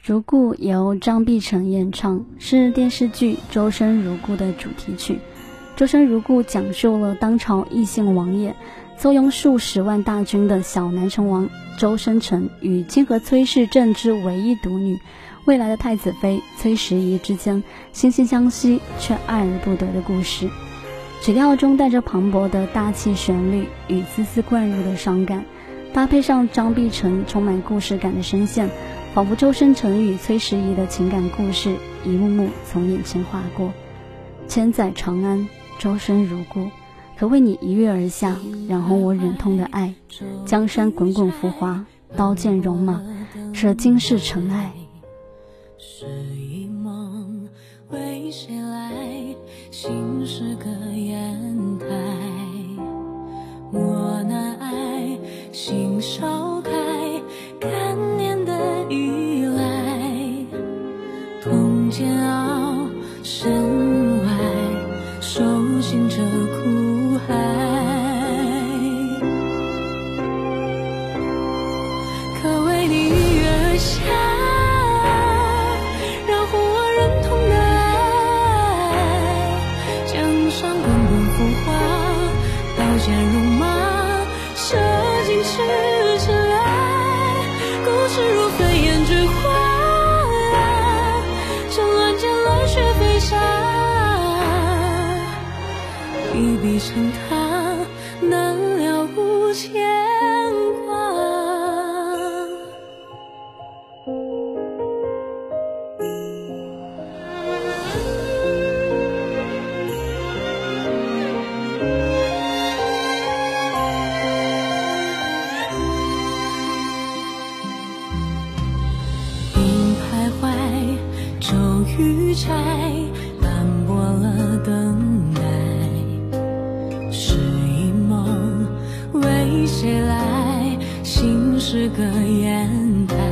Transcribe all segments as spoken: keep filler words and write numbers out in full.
如故由张碧晨演唱，是电视剧《周生如故》的主题曲。周生如故讲述了当朝异姓王爷坐拥数十万大军的小南城王周生辰与清河崔氏正之唯一独女未来的太子妃崔时宜之间惺惺相惜却爱而不得的故事。曲调中带着磅礴的大气旋律与丝丝灌入的伤感，搭配上张碧晨充满故事感的声线，仿佛周生辰与崔时宜的情感故事一幕幕从眼前划过。千载长安，周生如故，可为你一跃而下，染红我忍痛的爱。江山滚滚浮华，刀剑戎马，这今世尘埃。 是一梦为谁来，心是个砚台。我难爱，心烧开，干念的依赖。痛煎熬，身外手心着苦海。可为你一跃而下，染红我忍痛的爱。江山滚滚浮华，刀剑戎马，射尽赤尘埃。故事如飞燕之花，趁乱间乱雪飞沙。一笔成他，难了无牵挂。影徘徊，骤雨柴，斑驳了等待。是一梦为谁来，心是个砚台。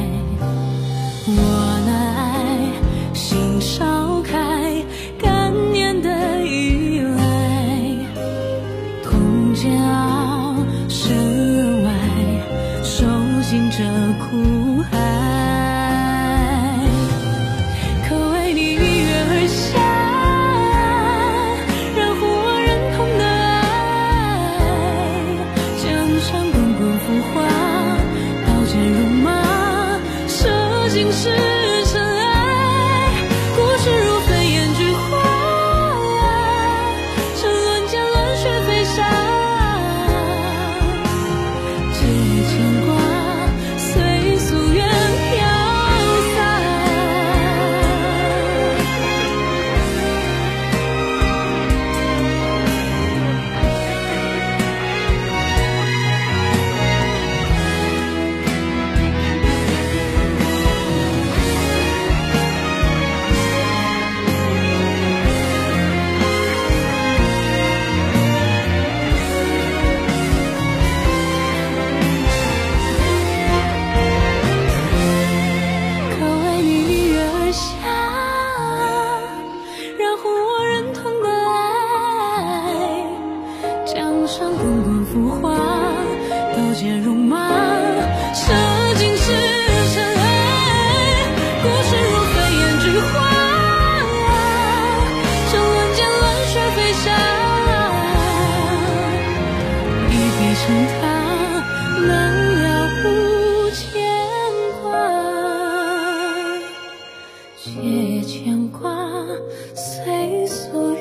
我难爱，心烧开，干念的依赖。痛煎熬，身外手心着苦海。可为你一跃而下，染红我忍痛的爱。江山滚滚浮华，刀剑戎马，射尽赤尘埃。故事如飞燕之花，趁乱间乱雪飞沙。借牵挂，随夙愿飘洒。可为你一跃而下，染红我忍痛的爱。江山滚滚浮华，刀剑戎马，射尽赤尘埃。故事如飞燕之花，趁乱间乱雪飞沙。一笔成他，难了无牵挂。借牵挂，随夙